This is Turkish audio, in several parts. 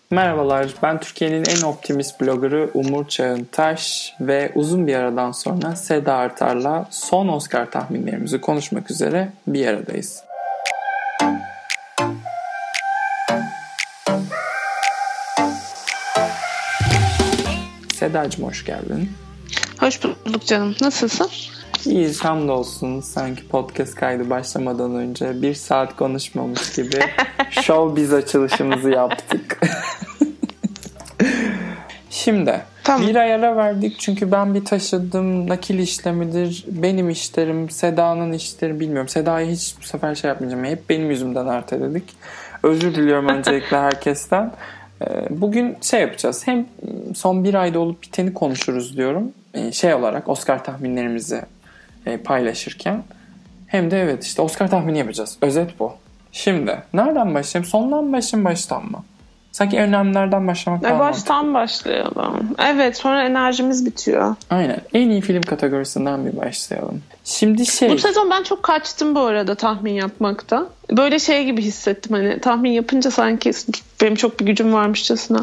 Merhabalar, ben Türkiye'nin en optimist bloggerı Umur Çağıntaş ve uzun bir aradan sonra Seda Artar'la son Oscar tahminlerimizi konuşmak üzere bir aradayız. Sedacığım hoş geldin. Hoş bulduk canım. Nasılsın? İyiyiz, hamdolsun. Sanki podcast kaydı başlamadan önce 1 saat konuşmamış gibi showbiz açılışımızı yaptık. Şimdi tamam. Bir ay ara verdik çünkü ben bir taşıdım. Nakil işlemidir, benim işlerim, Seda'nın işleri bilmiyorum. Seda'yı hiç bu sefer şey yapmayacağım. Hep benim yüzümden erteledik. Özür diliyorum öncelikle herkesten. Bugün şey yapacağız. Hem son bir ayda olup biteni konuşuruz diyorum. Şey olarak Oscar tahminlerimizi paylaşırken. Hem de evet işte Oscar tahmini yapacağız. Özet bu. Şimdi nereden başlayayım? Sondan mı başlayayım, baştan mı? Sanki önemlerden başlamak daha mantıklı. Baştan başlayalım. Evet, sonra enerjimiz bitiyor. Aynen. En iyi film kategorisinden bir başlayalım. Şimdi Bu sezon ben çok kaçtım bu arada tahmin yapmakta. Böyle şey gibi hissettim, hani tahmin yapınca sanki benim çok bir gücüm varmışçasına.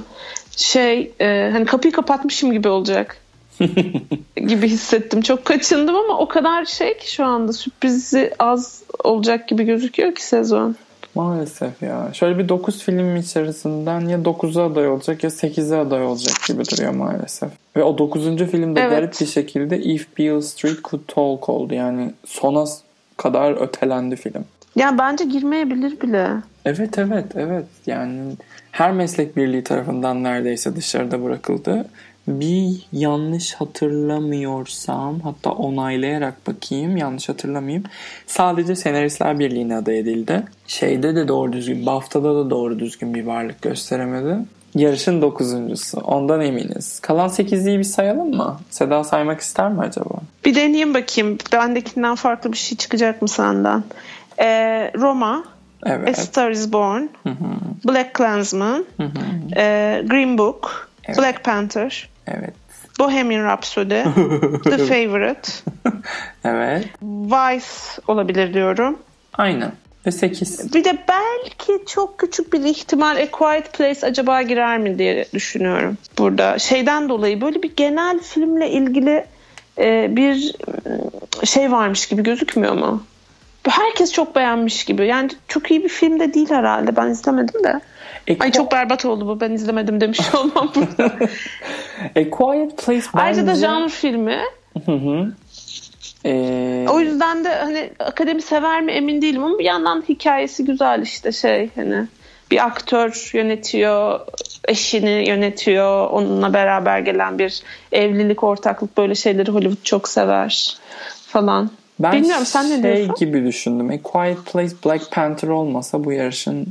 Hani kapıyı kapatmışım gibi olacak. gibi hissettim. Çok kaçındım ama o kadar şey ki şu anda sürprizi az olacak gibi gözüküyor ki sezon. Maalesef ya. Şöyle bir 9 film içerisinden ya 9'a aday olacak ya 8'e aday olacak gibi duruyor maalesef. Ve o 9. filmde garip bir şekilde If Beale Street Could Talk oldu. Yani sona kadar ötelendi film. Ya bence girmeyebilir bile. Evet. Yani her meslek birliği tarafından neredeyse dışarıda bırakıldı. Bir yanlış hatırlamıyorsam, hatta onaylayarak bakayım, yanlış hatırlamayayım. Sadece Senaristler Birliği'ne aday edildi. Şeyde de doğru düzgün, BAFTA'da da doğru düzgün bir varlık gösteremedi. Yarışın 9.'su. Ondan eminiz. Kalan 8'liyi bir sayalım mı? Seda saymak ister mi acaba? Bir deneyeyim bakayım. Bendekinden farklı bir şey çıkacak mı senden? Roma. Evet. A Star is Born. Black Klansman. Green Book. Evet. Black Panther. Evet. Bohemian Rhapsody. The Favorite. Evet. Vice olabilir diyorum. Aynen. Ve 8. Bir de belki çok küçük bir ihtimal A Quiet Place acaba girer mi diye düşünüyorum. Burada şeyden dolayı böyle bir genel filmle ilgili bir şey varmış gibi gözükmüyor mu? Herkes çok beğenmiş gibi. Yani çok iyi bir film de değil herhalde. Ben izlemedim de. Ay çok berbat oldu bu. Ben izlemedim demiş olmam burada. A Quiet Place bence... Ayrıca da janr filmi. O yüzden de hani akademi sever mi emin değilim ama bir yandan hikayesi güzel işte hani bir aktör yönetiyor, eşini yönetiyor, onunla beraber gelen bir evlilik, ortaklık, böyle şeyleri Hollywood çok sever falan. Ben bilmiyorum, sen ne diyorsun? gibi düşündüm. A Quiet Place Black Panther olmasa bu yarışın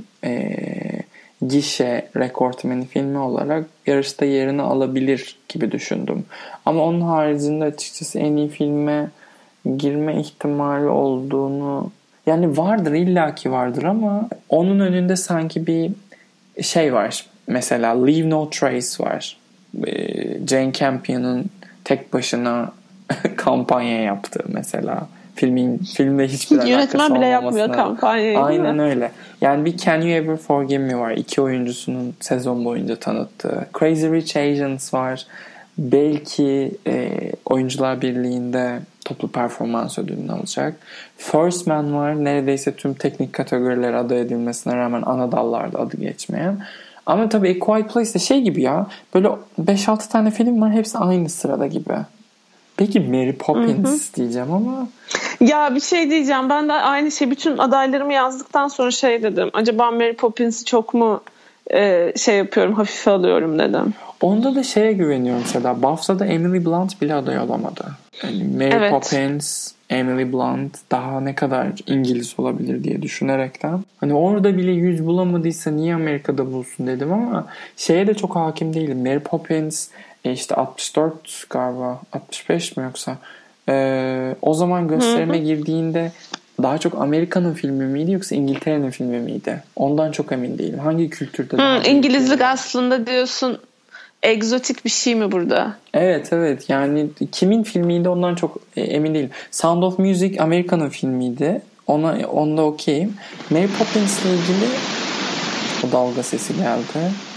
gişe rekortmeni filmi olarak yarışta yerini alabilir gibi düşündüm. Ama onun haricinde açıkçası en iyi filme girme ihtimali olduğunu, yani vardır, illaki vardır ama onun önünde sanki bir şey var. Mesela Leave No Trace var. Jane Campion'ın tek başına kampanya yaptığı mesela. Filmde hiçbir alakası yönetmen bile yapmıyor kampanyayı. Aynen öyle. Yani bir Can You Ever Forgive Me var. 2 oyuncusunun sezon boyunca tanıttığı. Crazy Rich Asians var. Belki Oyuncular Birliği'nde toplu performans ödülünü alacak. First Man var. Neredeyse tüm teknik kategorilere aday edilmesine rağmen ana dallarda adı geçmeyen. Ama tabii A Quiet Place de şey gibi ya. Böyle 5-6 tane film var. Hepsi aynı sırada gibi. Peki Mary Poppins diyeceğim ama... Ya bir şey diyeceğim. Ben de aynı şey. Bütün adaylarımı yazdıktan sonra şey dedim. Acaba Mary Poppins'i çok mu yapıyorum, hafife alıyorum dedim. Onda da şeye güveniyorum Seda. BAFTA'da Emily Blunt bile aday olamadı. Yani Mary Poppins, Emily Blunt daha ne kadar İngiliz olabilir diye düşünerekten. Hani orada bile 100 bulamadıysa niye Amerika'da bulsun dedim ama şeye de çok hakim değilim. Mary Poppins işte 64 galiba, 65 mi yoksa o zaman gösterime girdiğinde daha çok Amerika'nın filmi miydi yoksa İngiltere'nin filmi miydi? Ondan çok emin değilim. Hangi kültürde? İngilizlik aslında diyorsun, egzotik bir şey mi burada? Evet. Yani kimin filmiydi ondan çok emin değilim. Sound of Music Amerika'nın filmiydi. Onda okeyim. Mary Poppins'le ilgili o dalga sesi geldi.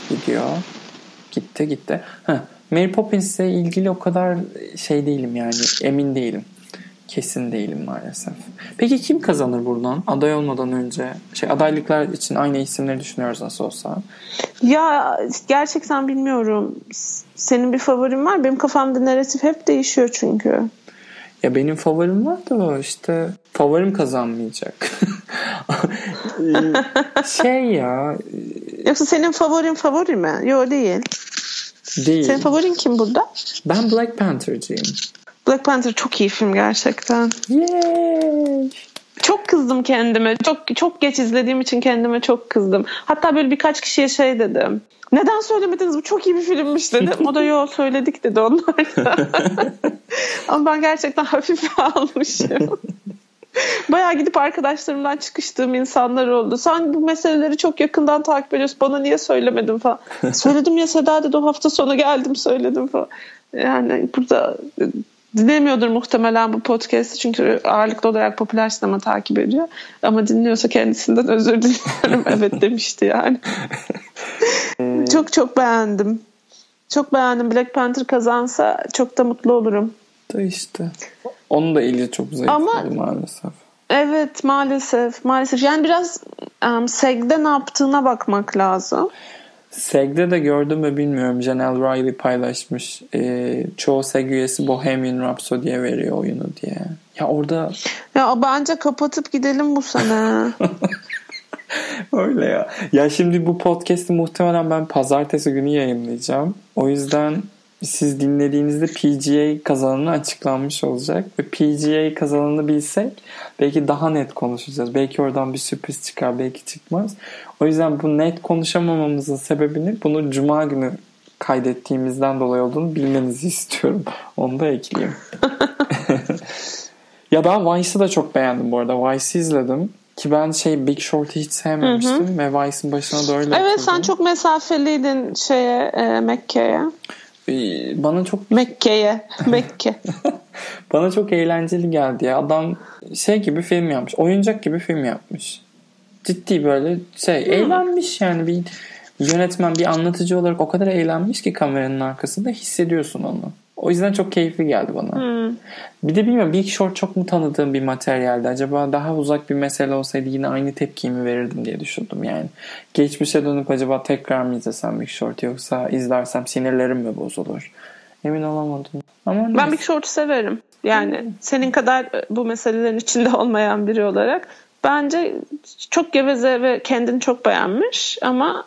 gidiyor. Gitti. Mary Poppins'le ilgili o kadar şey değilim yani. Emin değilim. Kesin değilim maalesef. Peki kim kazanır buradan? Aday olmadan önce. Adaylıklar için aynı isimleri düşünüyoruz nasıl olsa. Ya gerçekten bilmiyorum. Senin bir favorin var. Benim kafamda narratif hep değişiyor çünkü. Ya benim favorim var da işte favorim kazanmayacak. Ya. Yoksa senin favori mi? Yok değil. Değil. Senin favorin kim burada? Ben Black Panther'cıyım. Black Panther çok iyi film gerçekten. Yay! Çok kızdım kendime. Çok geç izlediğim için kendime çok kızdım. Hatta böyle birkaç kişiye dedim. Neden söylemediniz? Bu çok iyi bir filmmiş dedim. O da yok söyledik dedi onlar da. Ama ben gerçekten hafife almışım. Bayağı gidip arkadaşlarımdan çıkıştığım insanlar oldu. Sen bu meseleleri çok yakından takip ediyorsun. Bana niye söylemedin falan. Söyledim ya Seda dedi, o hafta sonu geldim söyledim falan. Yani burada dinlemiyordur muhtemelen bu podcast'ı çünkü ağırlıklı olarak popüler sinema takip ediyor. Ama dinliyorsa kendisinden özür diliyorum. Evet demişti yani. Çok beğendim. Çok beğendim. Black Panther kazansa çok da mutlu olurum. Da işte. Onun da eli çok zayıfladı maalesef. Evet maalesef. Yani biraz SAG'de ne yaptığına bakmak lazım. SAG'de de gördüm mü bilmiyorum. Janelle Riley paylaşmış. Çoğu SAG üyesi Bohemian Rhapsody'ye veriyor oyunu diye. Ya orada... Ya bence kapatıp gidelim bu sene. Öyle ya. Ya şimdi bu podcast'i muhtemelen ben pazartesi günü yayınlayacağım. O yüzden siz dinlediğinizde PGA kazananı açıklanmış olacak. Ve PGA kazananı bilsek belki daha net konuşacağız. Belki oradan bir sürpriz çıkar, belki çıkmaz. O yüzden bu net konuşamamamızın sebebini bunu Cuma günü kaydettiğimizden dolayı olduğunu bilmenizi istiyorum. Onu da ekleyeyim. Ya ben Vice'ı da çok beğendim bu arada. Vice'ı izledim. Ki ben Big Short'u hiç sevmemiştim. Ve Vice'ın başına da öyle Evet oturdum. sen çok mesafeliydin Mekke'ye. Bana çok Mekke. Bana çok eğlenceli geldi ya. Adam gibi film yapmış. Oyuncak gibi film yapmış. Ciddi böyle eğlenmiş yani, bir yönetmen, bir anlatıcı olarak o kadar eğlenmiş ki kameranın arkasında hissediyorsun onu. O yüzden çok keyifli geldi bana. Bir de bilmiyorum, Big Short çok mu tanıdığım bir materyaldi. Acaba daha uzak bir mesele olsaydı yine aynı tepkiyi mi verirdim diye düşündüm yani. Geçmişe dönüp acaba tekrar mı izlesem Big Short, yoksa izlersem sinirlerim mi bozulur? Emin olamadım. Ama ben Big Short'u severim. Yani senin kadar bu meselelerin içinde olmayan biri olarak. Bence çok geveze ve kendini çok beğenmiş ama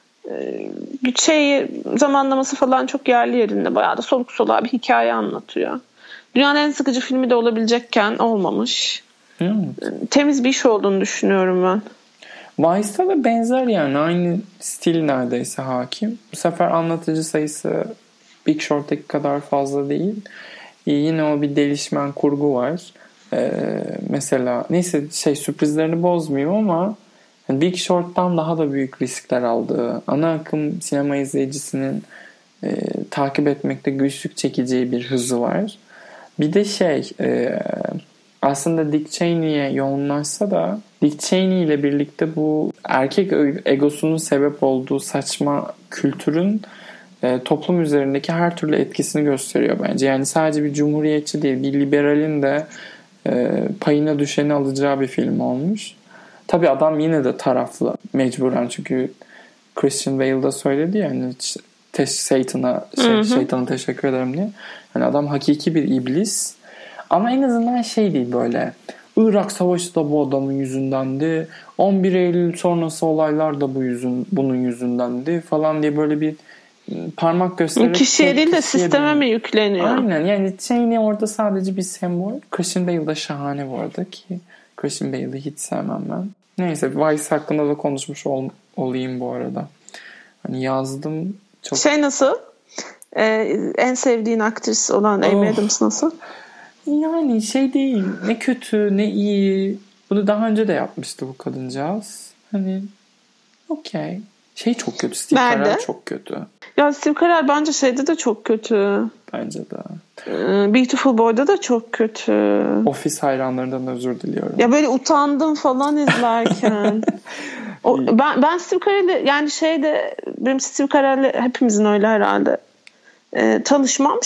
zamanlaması falan çok yerli yerinde. Bayağı da soluk soluğa bir hikaye anlatıyor. Dünyanın en sıkıcı filmi de olabilecekken olmamış. Temiz bir iş olduğunu düşünüyorum ben. Vice'da da benzer yani. Aynı stil neredeyse hakim. Bu sefer anlatıcı sayısı Big Short'taki kadar fazla değil. Yine o bir delişmen kurgu var. Mesela neyse sürprizlerini bozmayayım ama Big Short'tan daha da büyük riskler aldığı, ana akım sinema izleyicisinin takip etmekte güçlük çekeceği bir hızı var. Bir de aslında Dick Cheney'e yoğunlaşsa da Dick Cheney ile birlikte bu erkek egosunun sebep olduğu saçma kültürün toplum üzerindeki her türlü etkisini gösteriyor bence. Yani sadece bir cumhuriyetçi değil, bir liberalin de payına düşeni alacağı bir film olmuş. Tabii adam yine de taraflı mecburen, çünkü Christian Bale da söyledi ya hani şeytana teşekkür ederim diye. Yani adam hakiki bir iblis. Ama en azından değil böyle. Irak Savaşı da bu adamın yüzündendi. 11 Eylül sonrası olaylar da bunun yüzündendi falan diye böyle bir parmak göstererek kişiye değil de sisteme mi yükleniyor? Aynen, yani Cheney orada sadece bir sembol. Christian Bale da şahane bu arada, ki Christian Bale'ı hiç sevmem ben. Neyse, Vice hakkında da konuşmuş olayım bu arada. Hani yazdım. Çok... nasıl? En sevdiğin aktris olan Amy Adams nasıl? Yani değil. Ne kötü ne iyi. Bunu daha önce de yapmıştı bu kadıncağız. Hani okey. Çok kötü. Steve Carell çok kötü. Ya Steve Carell bence de çok kötü. Bence de. Beautiful Boy'da da çok kötü. Office hayranlarından özür diliyorum. Ya böyle utandım falan izlerken. Ben Steve Carell'i yani benim Steve Carell'i hepimizin öyle herhalde tanışmam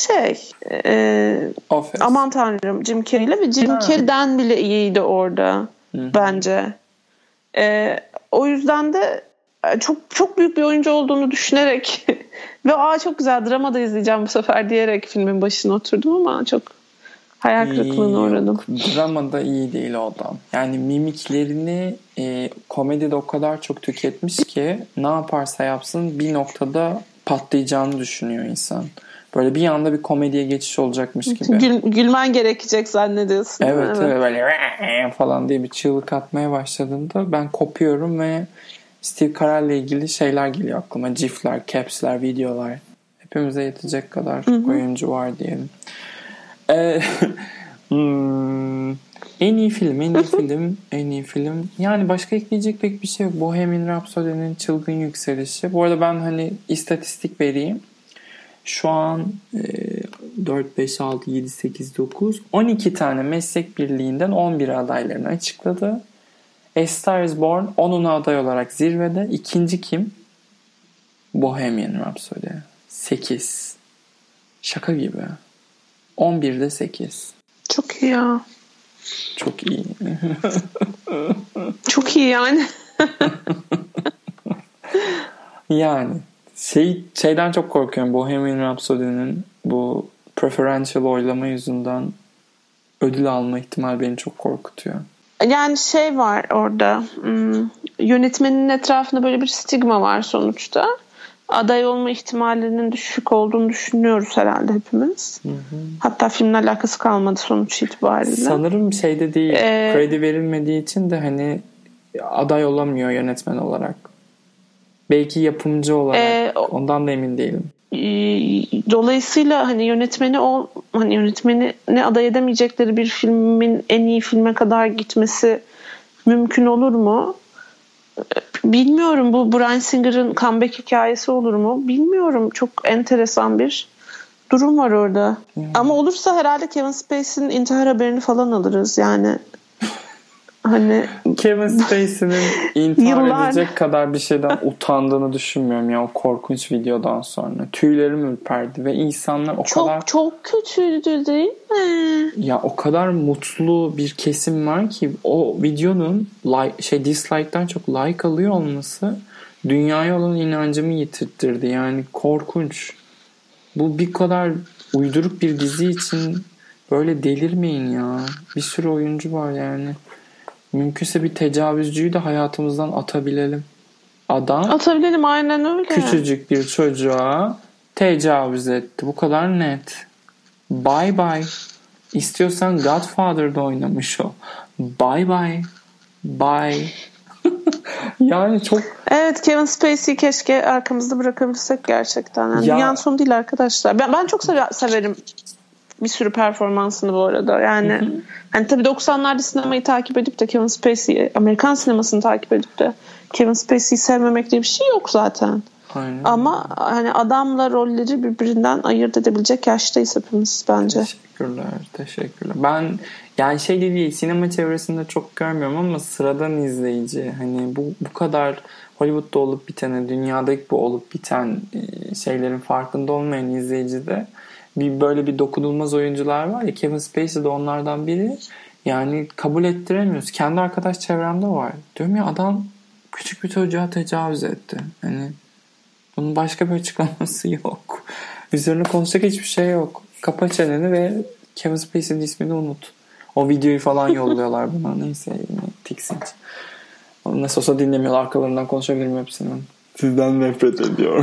aman tanrım Jim Carrey'le ve Jim Carrey'den bile iyiydi orada bence. O yüzden de çok çok büyük bir oyuncu olduğunu düşünerek ve çok güzel drama da izleyeceğim bu sefer diyerek filmin başına oturdum ama çok hayal kırıklığına uğradım. Dramada iyi değil o adam. Yani mimiklerini komedide o kadar çok tüketmiş ki ne yaparsa yapsın bir noktada patlayacağını düşünüyor insan. Böyle bir anda bir komediye geçiş olacakmış gibi. Gülmen gerekecek zannediyorsun. Evet. Böyle falan diye bir çığlık atmaya başladığında ben kopuyorum ve Steve Carell'le ilgili şeyler geliyor aklıma. GIF'ler, caps'ler, videolar. Hepimize yetecek kadar oyuncu var diyelim. En iyi film. Yani başka ekleyecek pek bir şey yok. Bohemian Rhapsody'nin çılgın yükselişi. Bu arada ben istatistik vereyim. Şu an 4, 5, 6, 7, 8, 9, 12 tane meslek birliğinden 11 adaylarını açıkladı. A Star is Born 10'una aday olarak zirvede. İkinci kim? Bohemian Rhapsody. 8. Şaka gibi. 11'de 8. Çok iyi ya. Çok iyi. Çok iyi yani. Yani şeyden çok korkuyorum. Bohemian Rhapsody'nin bu preferential oylama yüzünden ödül alma ihtimali beni çok korkutuyor. Yani var orada. Yönetmenin etrafında böyle bir stigma var sonuçta. Aday olma ihtimalinin düşük olduğunu düşünüyoruz herhalde hepimiz. Hatta filmle alakası kalmadı sonuç itibariyle. Sanırım şeyde değil. Kredi verilmediği için de aday olamıyor yönetmen olarak. Belki yapımcı olarak. Ondan da emin değilim. Dolayısıyla yönetmeni ne aday edemeyecekleri bir filmin en iyi filme kadar gitmesi mümkün olur mu? Bilmiyorum. Bu Bryan Singer'ın comeback hikayesi olur mu? Bilmiyorum. Çok enteresan bir durum var orada. Ama olursa herhalde Kevin Spacey'nin intihar haberini falan alırız. Yani Kevin Spacey'nin intihar edecek kadar bir şeyden utandığını düşünmüyorum ya o korkunç videodan sonra. Tüylerim ürperdi ve insanlar çok kötüydü değil mi? Ya o kadar mutlu bir kesim var ki o videonun dislike'dan çok like alıyor olması dünyaya olan inancımı yitirttirdi. Yani korkunç. Bu bir kadar uyduruk bir dizi için böyle delirmeyin ya. Bir sürü oyuncu var yani. Mümkünse bir tecavüzcüyü de hayatımızdan atabilelim. Atabilelim aynen öyle. Küçücük bir çocuğa tecavüz etti. Bu kadar net. Bye bye. İstiyorsan Godfather'da oynamış o. Bye bye. Bye. Yani çok... Evet, Kevin Spacey'i keşke arkamızda bırakabilsek gerçekten. Yani dünyanın sonu değil arkadaşlar. Ben çok severim bir sürü performansını bu arada. Yani tabii 90'larda sinemayı takip edip de Kevin Spacey'i, Amerikan sinemasını takip edip de Kevin Spacey'i sevmemek diye bir şey yok zaten. Aynen. Ama adamla rolleri birbirinden ayırt edebilecek yaştayız hepimiz bence. Teşekkürler. Ben yani değil, sinema çevresinde çok görmüyorum ama sıradan izleyici. Bu kadar Hollywood'da olup bitene, dünyadaki bu olup biten şeylerin farkında olmayan izleyici de böyle bir dokunulmaz oyuncular var ya, Kevin Spacey de onlardan biri. Yani kabul ettiremiyoruz. Kendi arkadaş çevremde var. Diyorum ya, adam küçük bir çocuğa tecavüz etti. Bunun başka bir açıklaması yok. Üzerine konuşacak hiçbir şey yok. Kapa çeneni ve Kevin Spacey'nin ismini unut. O videoyu falan yolluyorlar buna. Neyse, tiksinç. Nasıl olsa dinlemiyorlar. Arkalarından konuşabilirim hepsinin. Sizden nefret ediyorum.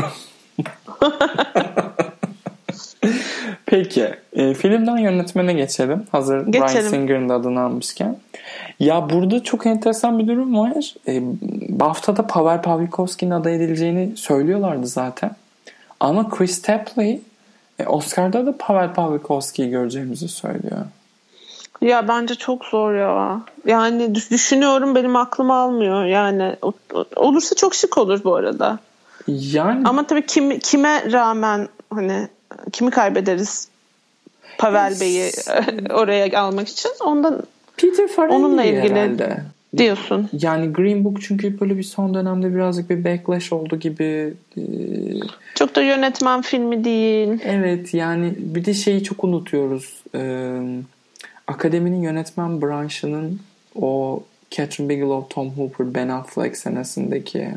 Peki. Filmden yönetmene geçelim. Hazır Bryan Singer'ın da adını almışken. Ya burada çok enteresan bir durum var. BAFTA'da Paweł Pawlikowski'nin aday edileceğini söylüyorlardı zaten. Ama Chris Tapley Oscar'da da Paweł Pawlikowski'yi göreceğimizi söylüyor. Ya bence çok zor ya. Yani düşünüyorum, benim aklım almıyor. Yani olursa çok şık olur bu arada. Yani ama tabii kime rağmen kimi kaybederiz Pavel Bey'i oraya almak için? Ondan Peter Farrelly onunla ilgili herhalde. diyorsun. Yani Green Book çünkü böyle bir son dönemde birazcık bir backlash oldu gibi. Çok da yönetmen filmi değil. Evet, yani bir de şeyi çok unutuyoruz. Akademinin yönetmen branşının o Catherine Bigelow, Tom Hooper, Ben Affleck senesindeki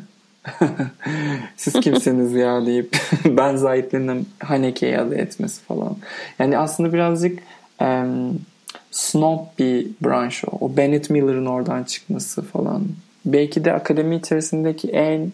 siz kimsiniz ya deyip Ben Zahitli'nin Haneke'yi adı etmesi falan. Yani aslında birazcık snob bir branş o. O Bennett Miller'ın oradan çıkması falan. Belki de akademi içerisindeki en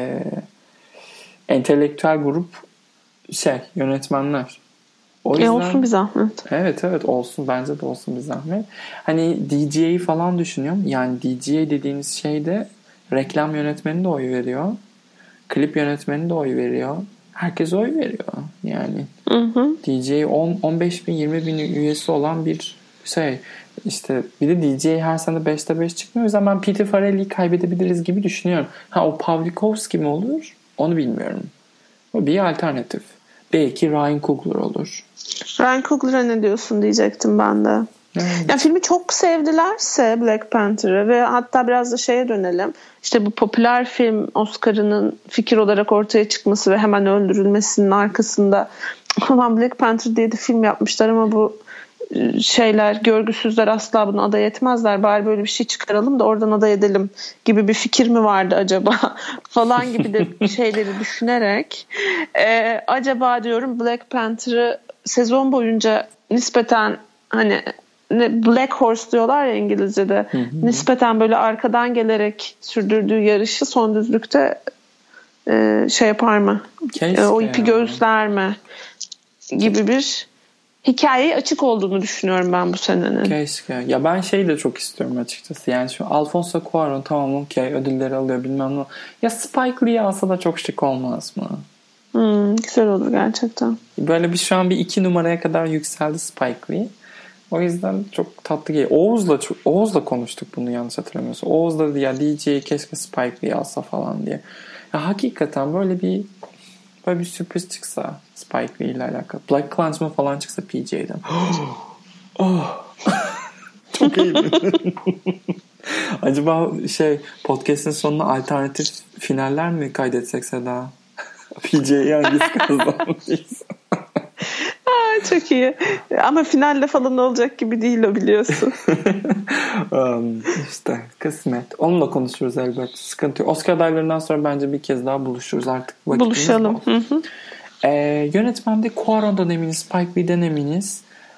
entelektüel grup yönetmenler. O yüzden, olsun bir zahmet. Evet olsun. Bence de olsun bir zahmet. Hani DGA'yı falan düşünüyorum. Yani DGA dediğiniz şey de reklam yönetmeni de oy veriyor. Klip yönetmeni de oy veriyor. Herkes oy veriyor. Yani DGA 15 bin 20 bin üyesi olan bir işte bir de DGA her sene 5'te 5 çıkmıyor. O yüzden ben Peter Farrelly'yi kaybedebiliriz gibi düşünüyorum. O Pawlikowski mi olur? Onu bilmiyorum. O bir alternatif. Belki Ryan Coogler olur. Ryan Coogler'a ne diyorsun diyecektim ben de. Evet. Yani filmi çok sevdilerse Black Panther'ı ve hatta biraz da şeye dönelim. İşte bu popüler film Oscar'ının fikir olarak ortaya çıkması ve hemen öldürülmesinin arkasında olan Black Panther diye de film yapmışlar ama bu görgüsüzler asla bunu aday etmezler. Bari böyle bir şey çıkaralım da oradan aday edelim gibi bir fikir mi vardı acaba falan gibi de şeyleri düşünerek acaba diyorum Black Panther'ı sezon boyunca nispeten hani Black Horse diyorlar ya İngilizce'de. Nispeten böyle arkadan gelerek sürdürdüğü yarışı son düzlükte yapar mı? O ipi göğüsler mi? Gibi bir hikayeye açık olduğunu düşünüyorum ben bu senenin. Keşke. Ya ben de çok istiyorum açıkçası. Yani şu Alfonso Cuarón tamam okey ödülleri alıyor bilmem ne. Ya Spike Lee alsa da çok şık olmaz mı? Güzel olur gerçekten. Böyle şu an bir 2 numaraya kadar yükseldi Spike Lee. O yüzden çok tatlı geliyor. Oğuz'la konuştuk bunu yanlış hatırlamıyorsam. Oğuz da dedi ya DJ'yi keşke Spike Lee alsa falan diye. Ya hakikaten böyle bir sürpriz çıksa Spike Lee ile alakalı. Black Klansman falan çıksa PJ'den. Çok iyi. Acaba podcast'in sonuna alternatif finaller mi kaydetsek Seda? PJ'yi hangisi kazanmışsa? Çok iyi. Ama finalle falan olacak gibi değil o biliyorsun. İşte kısmet. Onunla konuşuruz elbette. Sıkıntı yok. Oscar adaylarından sonra bence bir kez daha buluşuruz artık. Buluşalım. Yönetmende Cuarón'dan eminiz. Spike Lee'den eminiz.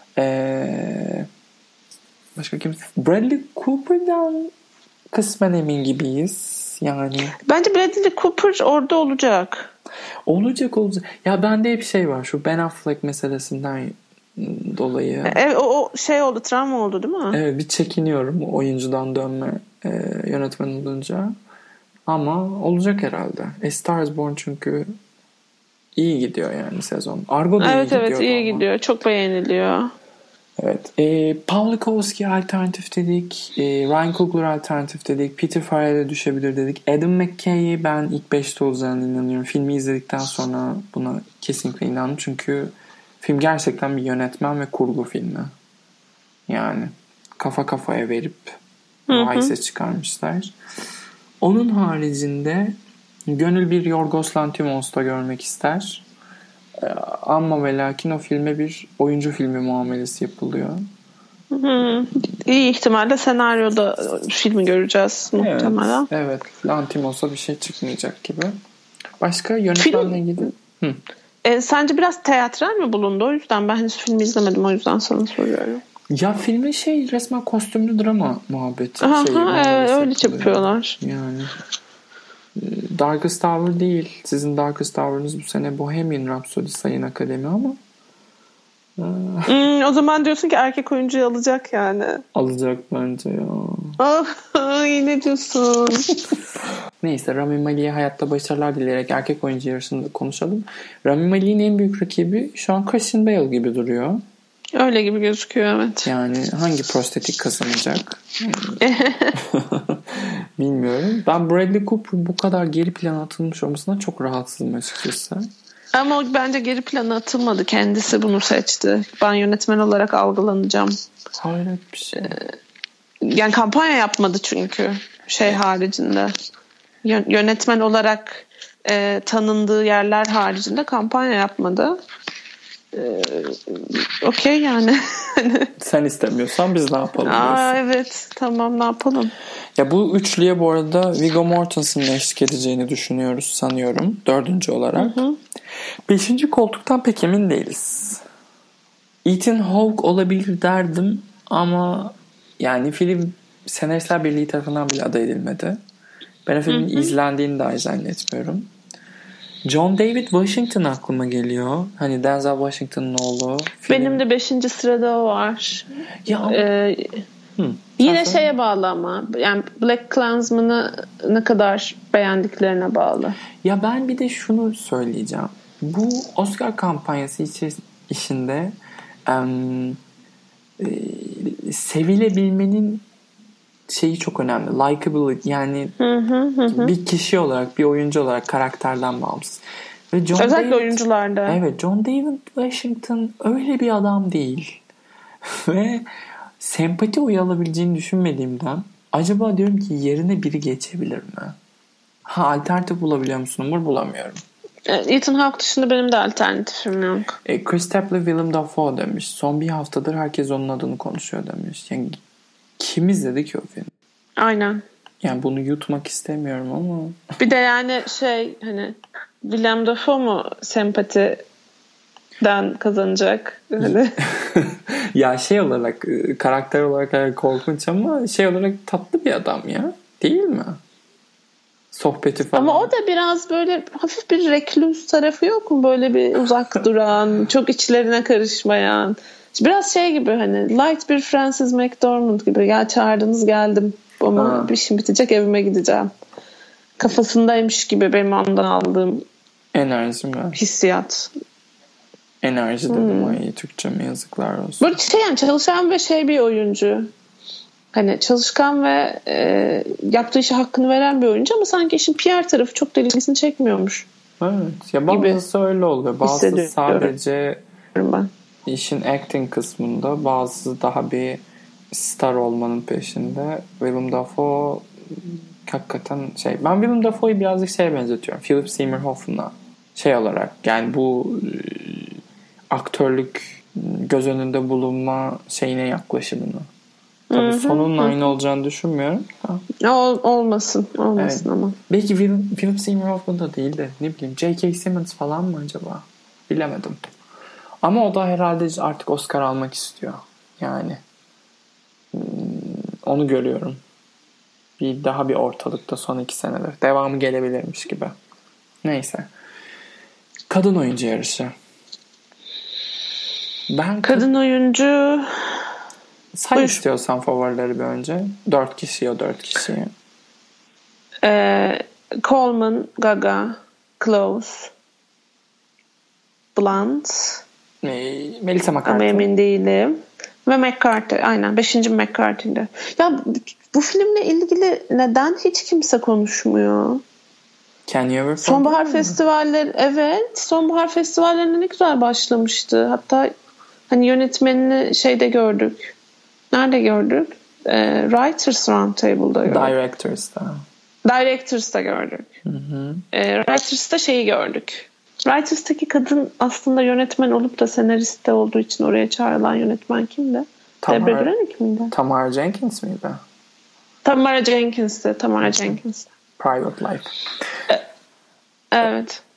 Başka kim? Bradley Cooper'dan kısmen emin gibiyiz. Yani. Bence Bradley Cooper orada olacak. Olacak. Ya bende hep var. Şu Ben Affleck meselesinden dolayı. O oldu. Travma oldu değil mi? Evet, bir çekiniyorum oyuncudan dönme yönetmen olunca. Ama olacak herhalde. A Star is Born çünkü iyi gidiyor yani sezon. Argo da iyi gidiyor. Evet iyi gidiyor. Çok beğeniliyor. Evet. Pawlikowski alternatif dedik. Ryan Coogler alternatif dedik. Peter Farrell'e düşebilir dedik. Adam McKay'i ben ilk 5'te olacağını inanıyorum. Filmi izledikten sonra buna kesinlikle inandım. Çünkü film gerçekten bir yönetmen ve kurgu filmi. Yani kafa kafaya verip Vice'e çıkarmışlar. Onun haricinde gönül bir Yorgos Lanthimos'ta görmek ister. Ama ve lakin o filme bir oyuncu filmi muamelesi yapılıyor. İyi ihtimalle senaryoda filmi göreceğiz muhtemelen. Evet. Lanthimos'a bir şey çıkmayacak gibi. Başka yönetmenle ilgili. Sence biraz teatral mi bulundu? O yüzden ben henüz filmi izlemedim. O yüzden sana soruyorum. Ya filmin resmen kostümlü drama muhabbeti. Öyle yapıyorlar. Yani Darkest Hour değil. Sizin Darkest Hour'ınız bu sene Bohemian Rhapsody sayın akademi ama. O zaman diyorsun ki erkek oyuncuyu alacak yani. Alacak bence ya. Ne diyorsun? Neyse Rami Malek'e hayatta başarılar dileyerek erkek oyuncu yarışında konuşalım. Rami Malek'in en büyük rakibi şu an Christian Bale gibi duruyor. Öyle gibi gözüküyor evet. Yani hangi prostetik kazanacak? Bilmiyorum. Ben Bradley Cooper bu kadar geri plana atılmış olmasına çok rahatsızım açıkçası. Ama o bence geri plana atılmadı. Kendisi bunu seçti. Ben yönetmen olarak algılanacağım. Hayret bir şey. Yani kampanya yapmadı çünkü haricinde. Yönetmen olarak tanındığı yerler haricinde kampanya yapmadı. Okey yani. Sen istemiyorsan biz ne yapalım diyorsun. Evet, tamam, ne yapalım. Ya bu üçlüye bu arada Viggo Mortensen'ın eşlik edeceğini düşünüyoruz sanıyorum. 4. olarak. 5. koltuktan pek emin değiliz. Ethan Hawke olabilir derdim ama yani film Senaristler Birliği tarafından bile aday edilmedi. Ben o filmin izlendiğini dahi zannetmiyorum. John David Washington aklıma geliyor. Hani Denzel Washington'ın oğlu. Benim de 5. sırada o var. Ya, yine şeye bağlı ama. Yani Black Klansman'ı ne kadar beğendiklerine bağlı. Ya ben bir de şunu söyleyeceğim. Bu Oscar kampanyası işinde sevilebilmenin şeyi çok önemli. Likeability yani bir kişi olarak, bir oyuncu olarak karakterden bağımsız. Ve özellikle oyuncularda. Evet, John David Washington öyle bir adam değil. Ve sempati uyalabileceğini düşünmediğimden acaba diyorum ki yerine biri geçebilir mi? Alternatif bulabiliyor musun? Bulamıyorum. Ethan Hawke dışında benim de alternatifim yok. Chris Tapp'le Willem Dafoe demiş. Son bir haftadır herkes onun adını konuşuyor demiş. Yani kim izledi ki o filmi? Aynen. Yani bunu yutmak istemiyorum ama. Bir de yani hani Willem Dafoe mu sempatiden kazanacak? Hani. Ya olarak karakter olarak korkunç ama olarak tatlı bir adam ya. Değil mi? Sohbeti falan. Ama o da biraz böyle hafif bir reklüs tarafı yok mu? Böyle bir uzak duran, çok içlerine karışmayan. Biraz gibi hani light bir Frances McDormand gibi. Ya çağırdınız geldim ama bir işim bitecek evime gideceğim. Kafasındaymış gibi benim ondan aldığım enerji mi? Hissiyat. Enerji dedim ay Türkçeme yazıklar olsun. Böyle yani çalışan ve bir oyuncu. Hani çalışkan ve yaptığı işe hakkını veren bir oyuncu ama sanki işin PR tarafı çok da ilgisini çekmiyormuş. Evet. Ya bazısı öyle oluyor. Bazısı sadece ben. işin acting kısmında, bazısı daha bir star olmanın peşinde. Willem Dafoe hakikaten ben Willem Dafoe'yu birazcık benzetiyorum. Philip Seymour Hoffman'a olarak yani bu aktörlük göz önünde bulunma yaklaşımını. Tabii sonunun aynı olacağını düşünmüyorum. Olmasın evet. Ama. Belki Philip Seymour Hoffman da değil de ne bileyim J.K. Simmons falan mı acaba? Bilemedim. Ama o da herhalde artık Oscar almak istiyor. Yani onu görüyorum. Daha bir ortalıkta son 2 senedir. Devamı gelebilirmiş gibi. Neyse. Kadın oyuncu yarışı. Kadın oyuncu say istiyorsan favorileri bir önce. 4 kişi. Coleman, Gaga, Close, Blunt, Melissa McCarthy. Ama emin değilim. Ve McCarthy. Aynen. 5. McCarthy'de. Ya bu filmle ilgili neden hiç kimse konuşmuyor? Can you ever Sonbahar festivalleri, evet. Sonbahar festivallerinde ne güzel başlamıştı. Hatta hani yönetmenini gördük. Nerede gördük? Writers Roundtable'da gördük. Directors'ta gördük. Writers'ta gördük. Writers'taki kadın aslında yönetmen olup da senarist de olduğu için oraya çağrılan yönetmen kimdi? Deborah Granik miydi? Tamara Jenkins miydi? Tamara Jenkins. Private Life. Evet.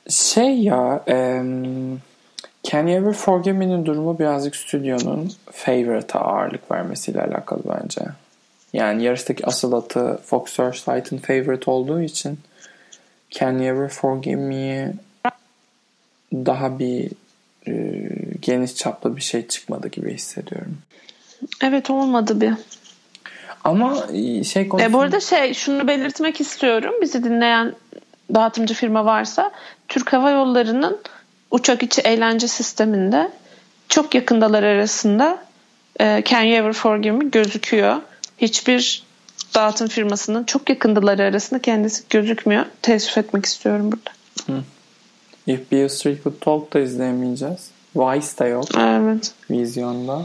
Can You Ever Forgive Me'nin durumu birazcık stüdyonun favorite'a ağırlık vermesiyle alakalı bence. Yani yarıştaki asıl atı Fox Searchlight'ın favorite olduğu için Can You Ever Forgive Me'ye daha bir geniş çaplı bir şey çıkmadı gibi hissediyorum. Evet, olmadı bir. Ama konusunda... Bu arada şunu belirtmek istiyorum. Bizi dinleyen dağıtımcı firma varsa Türk Hava Yolları'nın uçak içi eğlence sisteminde çok yakındalar arasında Can You Ever Forgive Me gözüküyor. Hiçbir dağıtım firmasının çok yakındaları arasında kendisi gözükmüyor. Teessüf etmek istiyorum burada. If Beale Street Could Talk da izleyemeyeceğiz. Vice da yok. Evet. Vizyonda.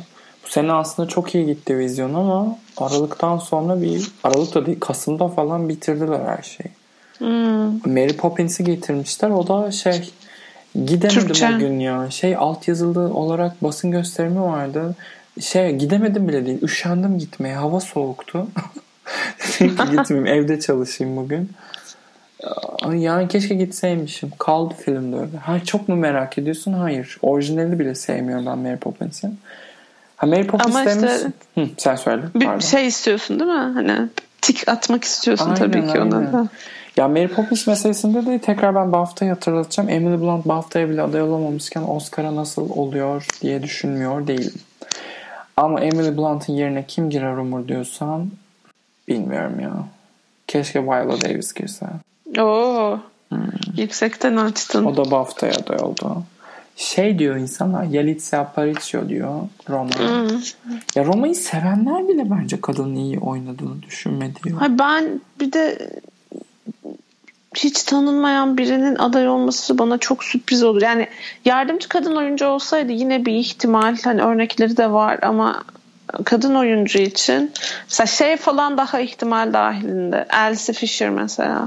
Bu sene aslında çok iyi gitti vizyon ama Aralık'tan sonra Aralık'ta değil Kasım'da falan bitirdiler her şeyi. Mary Poppins'i getirmişler. O da gidemedim Türkçe. O gün ya. Altyazılı olarak basın gösterimi vardı. Gidemedim bile değil. Üşendim gitmeye. Hava soğuktu. Gitmeyeyim. Evde çalışayım bugün. Yani keşke gitseymişim. Kaldı filmde öyle. Çok mu merak ediyorsun? Hayır. Orijinali bile sevmiyorum ben Mary Poppins'i. Mary Poppins ama demişsin. Sen söyle. Bir şey istiyorsun değil mi? Hani tik atmak istiyorsun aynen, tabii ki ona da. Ya Mary Poppins meselesinde de tekrar ben BAFTA'yı hatırlatacağım. Emily Blunt BAFTA'ya bile aday olamamışken Oscar'a nasıl oluyor diye düşünmüyor değilim. Ama Emily Blunt'ın yerine kim girer Umur diyorsan bilmiyorum ya. Keşke Viola Davis girse. Oo. Yüksekten açtın. O da BAFTA'ya aday oldu. Diyor insanlar Yalitza Aparicio diyor Roma. Ya Roma'yı sevenler bile bence kadının iyi oynadığını düşünmedi diyor. Ben bir de hiç tanınmayan birinin aday olması bana çok sürpriz olur. Yani yardımcı kadın oyuncu olsaydı yine bir ihtimal. Hani örnekleri de var ama kadın oyuncu için mesela falan daha ihtimal dahilinde. Elsie Fisher mesela.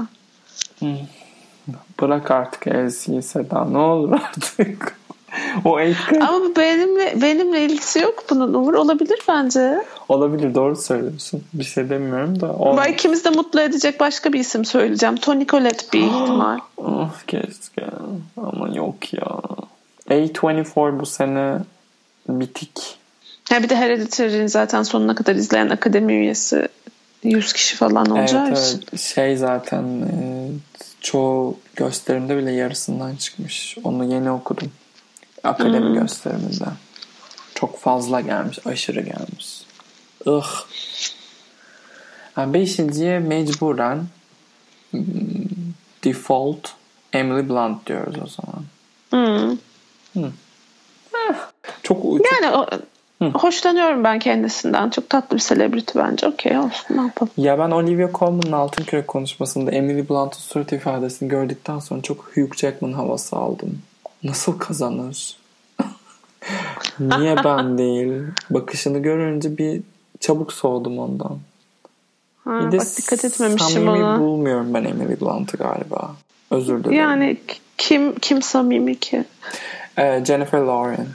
Bırak artık Elsie'yi Seda. Ne olur artık. O ama benimle ilgisi yok bunun. Umur olabilir bence. Olabilir, doğru söylüyorsun. Bir şey demiyorum da. Ben ikimiz de mutlu edecek başka bir isim söyleyeceğim. Toni Collette bir ihtimal. Keşke. Ama yok ya. A24 bu sene bitik. Bir de Hereditary'nin zaten sonuna kadar izleyen akademi üyesi 100 kişi falan olacağı için. Evet. Zaten çoğu gösterimde bile yarısından çıkmış. Onu yeni okudum. Akademi gösteriminde. Çok fazla gelmiş. Aşırı gelmiş. Beşinciye mecburen default Emily Blunt diyoruz o zaman. Çok yani hoşlanıyorum ben kendisinden. Çok tatlı bir celebrity bence. Okey olsun, ne yapalım. Ya ben Olivia Colman'ın Altın Kürek konuşmasında Emily Blunt'ın surat ifadesini gördükten sonra çok Hugh Jackman havası aldım. Nasıl kazanır? Niye ben değil? Bakışını görünce bir çabuk soğudum ondan. Bir de dikkat etmemişim ona. Samimi bulmuyorum ben Emily Blunt'ı galiba. Özür dilerim. Yani kim samimi ki? Jennifer Lawrence.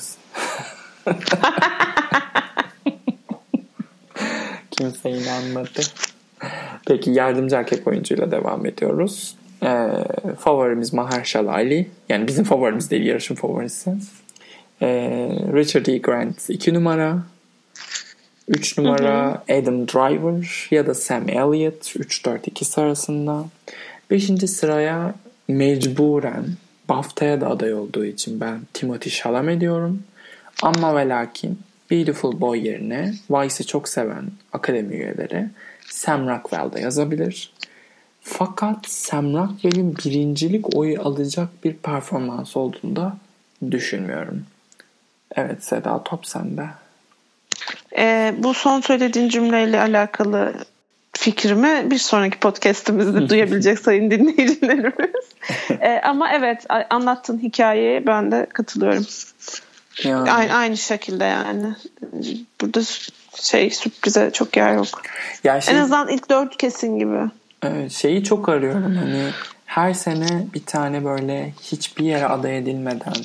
Kimse inanmadı. Peki yardımcı erkek oyuncuyla devam ediyoruz. Favorimiz Mahershala Ali. Yani bizim favorimiz değil, yarışın favorisi. Richard E. Grant 2 numara. 3 numara Adam Driver ya da Sam Elliott 3-4-2 arasında. 5. sıraya mecburen BAFTA'ya da aday olduğu için ben Timothée Chalamet diyorum. Ama ve lakin Beautiful Boy yerine Vice'i çok seven akademi üyeleri Sam Rockwell da yazabilir. Fakat Sam Rockwell'in birincilik oyu alacak bir performans olduğunu da düşünmüyorum. Evet Seda, top sende. Bu son söylediğin cümleyle alakalı fikrimi bir sonraki podcast'imizde duyabilecek sayın dinleyicilerimiz. Ama evet, anlattığın hikayeye ben de katılıyorum. Yani. Aynı şekilde yani. Burada sürprize çok yer yok. Yani en azından ilk 4 kesin gibi. Şeyi çok arıyorum. Hani her sene bir tane böyle hiçbir yere aday edilmeden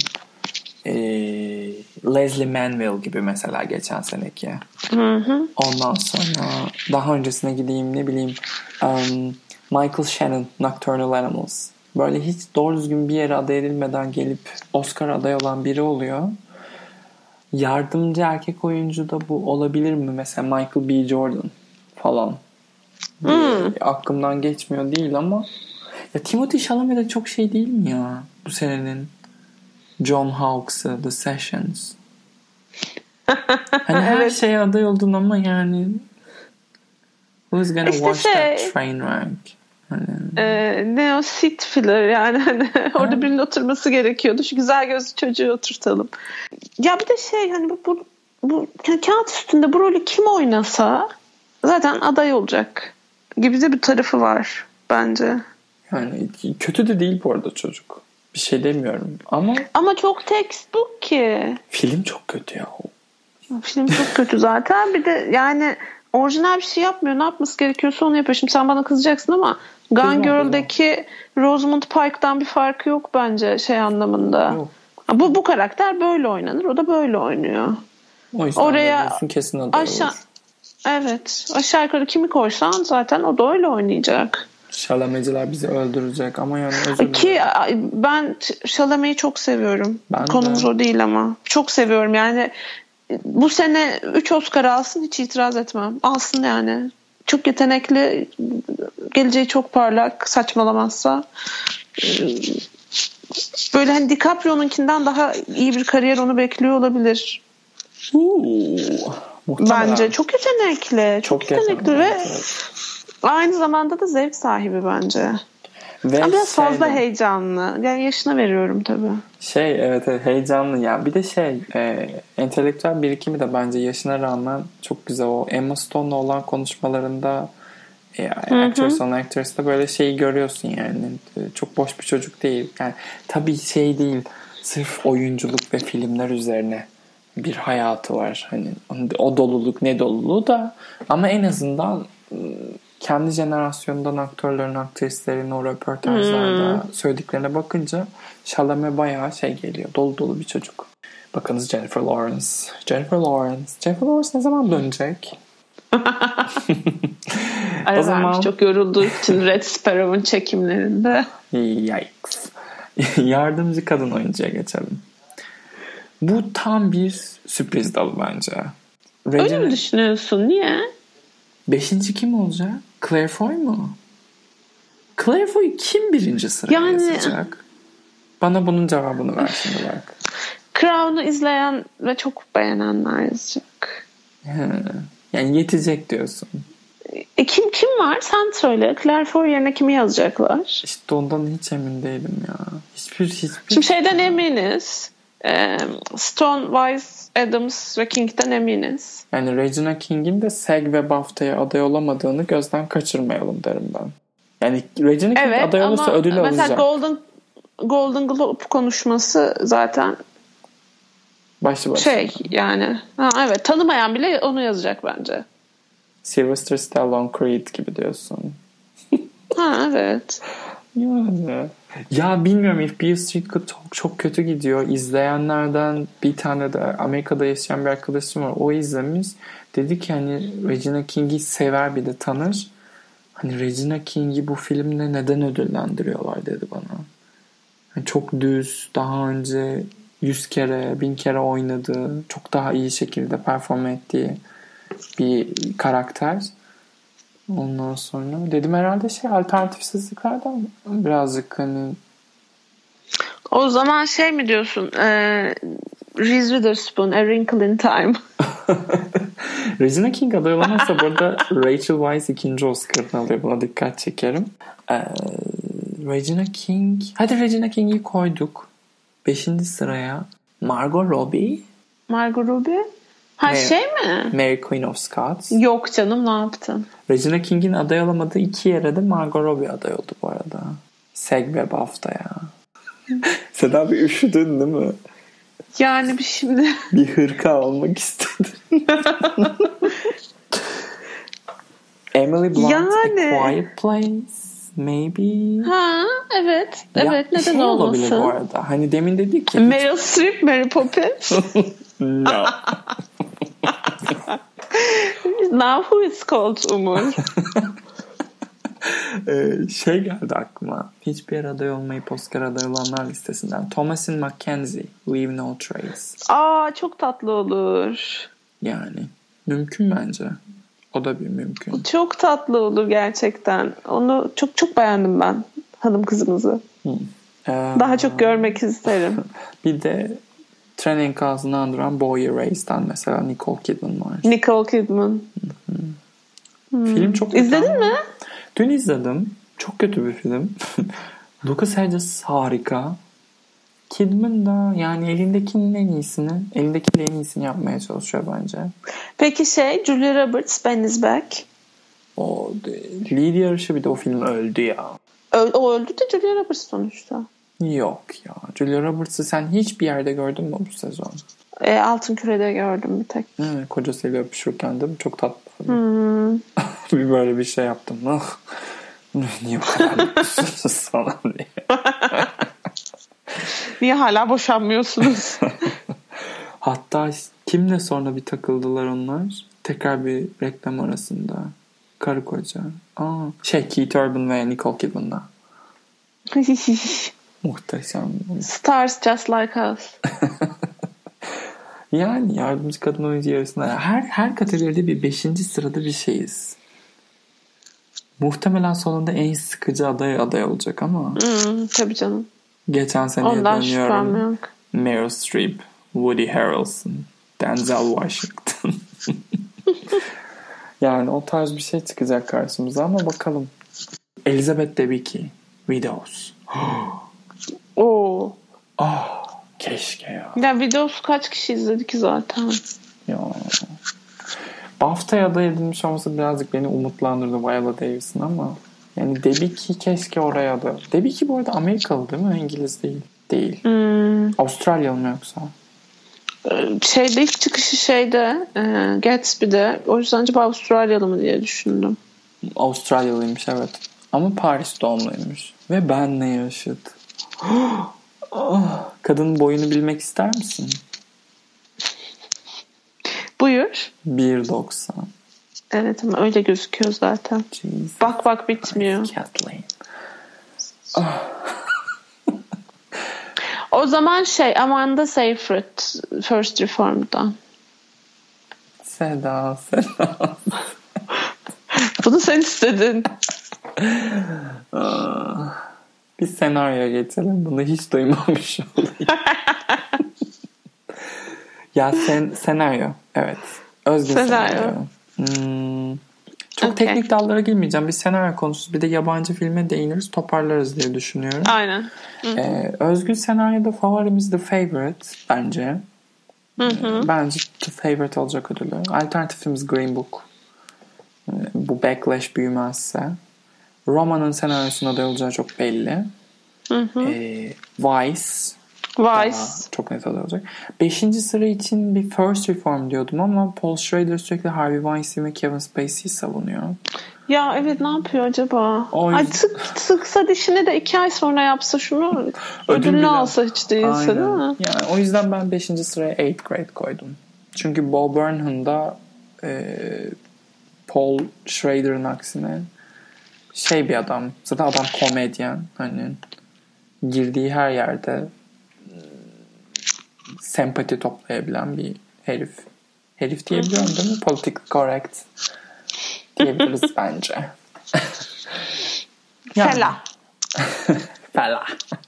Leslie Manville gibi mesela geçen seneki. Ondan sonra daha öncesine gideyim, ne bileyim, Michael Shannon Nocturnal Animals. Böyle hiç doğru düzgün bir yere aday edilmeden gelip Oscar aday olan biri oluyor. Yardımcı erkek oyuncu da bu olabilir mi? Mesela Michael B. Jordan falan. Aklımdan geçmiyor değil ama ya Timothée Chalamet de çok şey değil mi ya bu senenin? John Hawkes'ı, The Sessions. Hani her şeye aday oldun ama yani who's gonna watch that train wreck? Ne o seat filler yani hani orada birinin oturması gerekiyordu. Şu güzel gözlü çocuğu oturtalım. Ya bir de hani bu kağıt üstünde bu rolü kim oynasa zaten aday olacak gibi de bir tarafı var bence. Yani kötü de değil bu arada çocuk. Bir şey demiyorum ama çok textbook ki. Film çok kötü ya. Film çok kötü zaten. Bir de yani orijinal bir şey yapmıyor. Ne yapması gerekiyorsa onu yapıyor. Şimdi sen bana kızacaksın ama Gone Girl'deki Rosamund Pike'dan bir farkı yok bence şey anlamında. Yok. Bu karakter böyle oynanır. O da böyle oynuyor. O yüzden oraya kesin aday olur. Evet. Aşağı yukarı kimi koysan zaten o da öyle oynayacak. Şalameciler bizi öldürecek ama yani özür dilerim. Ki ben Chalamet'i çok seviyorum. Konumuz o değil ama. Çok seviyorum yani. Bu sene 3 Oscar alsın hiç itiraz etmem. Alsın yani. Çok yetenekli. Geleceği çok parlak. Saçmalamazsa. Böyle hani DiCaprio'nunkinden daha iyi bir kariyer onu bekliyor olabilir. Bence çok yetenekli. Çok yetenekli ve aynı zamanda da zevk sahibi bence. Ama biraz fazla heyecanlı. Yani yaşına veriyorum tabii. Evet heyecanlı ya. Bir de entelektüel birikimi de bence yaşına rağmen çok güzel. O Emma Stone'la olan konuşmalarında Actors on Actors'ta böyle şeyi görüyorsun yani. Çok boş bir çocuk değil. Yani tabii değil. Sırf oyunculuk ve filmler üzerine bir hayatı var. Hani o doluluk ne doluluğu da ama en azından kendi jenerasyonundan aktörlerin, aktrislerin o röportajlarda söylediklerine bakınca Chalamet bayağı geliyor. Dolu dolu bir çocuk. Bakınız Jennifer Lawrence. Jennifer Lawrence ne zaman dönecek? O zaman çok yorulduğu için Red Sparrow'un çekimlerinde. Yikes. Yardımcı kadın oyuncuya geçelim. Bu tam bir sürpriz dalı bence. Öyle mi düşünüyorsun? Niye? 5. kim olacak? Claire Foy mu? Claire Foy kim 1. sıraya yazacak? Bana bunun cevabını ver şimdi bak. Crown'u izleyen ve çok beğenenler yazacak. Yani yetecek diyorsun. Kim var? Sen söyle. Claire Foy yerine kimi yazacaklar? İşte ondan hiç emin değilim ya. Hiçbir. Şimdi şeyden eminiz. Stone, Wise, Adams ve King'den eminiz. Yani Regina King'in de SAG ve BAFTA'ya aday olamadığını gözden kaçırmayalım derim ben. Yani Regina King aday olursa ödül alacak. Mesela Golden Globe konuşması zaten başlı yani. Evet, tanımayan bile onu yazacak bence. Sylvester Stallone Creed gibi diyorsun. Evet. Yani. Ya bilmiyorum, If Beale Street çok kötü gidiyor. İzleyenlerden bir tane de Amerika'da yaşayan bir arkadaşım var. O izlemiş. Dedi ki hani Regina King'i sever, bir de tanır. Hani Regina King'i bu filmle neden ödüllendiriyorlar dedi bana. Yani çok düz, daha önce 100 kere 1000 kere oynadığı, çok daha iyi şekilde perform ettiği bir karakter. Ondan sonra dedim herhalde alternatifsizliklerden birazcık hani. O zaman mi diyorsun? Reese Witherspoon, A Wrinkle in Time. Regina King aday olamazsa burada Rachel Weisz 2. Oscar'ını alıyor. Buna dikkat çekerim. Regina King. Hadi Regina King'i koyduk. 5. sıraya Margot Robbie. Mi? Mary Queen of Scots. Yok canım, ne yaptın? Regina King'in aday olamadığı 2 yere de Margot Robbie aday oldu bu arada. SAG ve BAFTA'ya. Sen abi üşüdün değil mi? Yani şimdi. Bir hırka olmak istedim. Emily Blunt, A Quiet Place. Maybe. Evet. Evet, neden olmasın? Olabilir bu arada. Hani demin dedik ki. Meryl Streep, Mary Poppins. No. Now who is called Umur? Geldi aklıma. Hiçbir aday olmayıp Oscar aday olanlar listesinden. Thomasin McKenzie, Leave No Trace. Çok tatlı olur. Yani mümkün bence. O da bir mümkün. Çok tatlı olur gerçekten. Onu çok çok beğendim ben, hanım kızımızı. Daha çok görmek isterim. Bir de tren enkazını andıran Boy Erased'den mesela Nicole Kidman var. Nicole Kidman. Film çok kötü. İzledin mi? Dün izledim. Çok kötü bir film. Lucas Hedges harika. Kidman da yani elindekiyle en iyisini yapmaya çalışıyor bence. Peki Julia Roberts, Ben is Back. O lead yarışı, bir de o film öldü ya. O öldü de Julia Roberts sonuçta. Yok ya. Julia Roberts'ı sen hiçbir yerde gördün mü bu sezon? Altın Küre'de gördüm bir tek. Kocasıyla öpüşürken değil mi? Çok tatlı. Bir böyle bir şey yaptım. Niye o kadar mutlusunuz falan diye. Niye hala boşanmıyorsunuz? Hatta kimle sonra bir takıldılar onlar? Tekrar bir reklam arasında. Karı koca. Keith Urban ve Nicole Kidman'la. Muhteşem. Stars just like us. Yani yardımcı kadın oyuncu yarısında her kategoride bir 5. sırada bir şeyiz. Muhtemelen sonunda en sıkıcı aday olacak ama. Tabii canım. Geçen seneye ondan dönüyorum. Meryl Streep, Woody Harrelson, Denzel Washington. Yani o tarz bir şey çıkacak karşımıza ama bakalım. Elizabeth Debicki, Widows. Keşke ya. Ya Widows kaç kişi izledi ki zaten? Ya. BAFTA'ya aday edilmiş olması birazcık beni umutlandırdı Viola Davis'in ama yani Debicki keşke oraya da. Debicki bu arada Amerikalı değil mi? İngiliz değil. Değil. Avustralyalı mı yoksa? İlk çıkışı Gatsby'de. O yüzden acaba Avustralyalı mı diye düşündüm. Avustralyalıymış evet. Ama Paris doğumluymuş. Ve benle yaşıt. Kadının boyunu bilmek ister misin? Buyur. 1.90. Evet ama öyle gözüküyor zaten. Jesus. Bak bitmiyor. Kathleen. O zaman Amanda Seyfried First Reformed'dan. Seda. Bunu sen istedin. Bir senaryo geçelim. Bunu hiç duymamış olayım. Ya senaryo. Evet. Özgün senaryo. Çok teknik dallara girmeyeceğim. Bir senaryo konusu. Bir de yabancı filme değiniriz. Toparlarız diye düşünüyorum. Aynen. Özgün senaryoda favorimiz The Favourite bence. Bence The Favourite olacak ödülü. Alternatifimiz Green Book. Bu backlash büyümezse. Roma'nın senaryosunda da olacağı çok belli. Vice çok net aday olacak. 5. sıra için bir First Reform diyordum ama Paul Schrader sürekli Harvey Weinstein ve Kevin Spacey'i savunuyor. Ya evet, ne yapıyor acaba? Sıksa dişini de 2 ay sonra yapsa şunu, ödülünü alsa hiç değilse. Değil mi? Yani o yüzden ben 5. sıraya 8th Grade koydum. Çünkü Bo Burnham'da Paul Schrader'ın aksine bir adam. Zaten adam komedyen. Hani girdiği her yerde sempati toplayabilen bir herif. Herif diyebiliyorum değil mi? Politically correct diyebiliriz bence. Fela.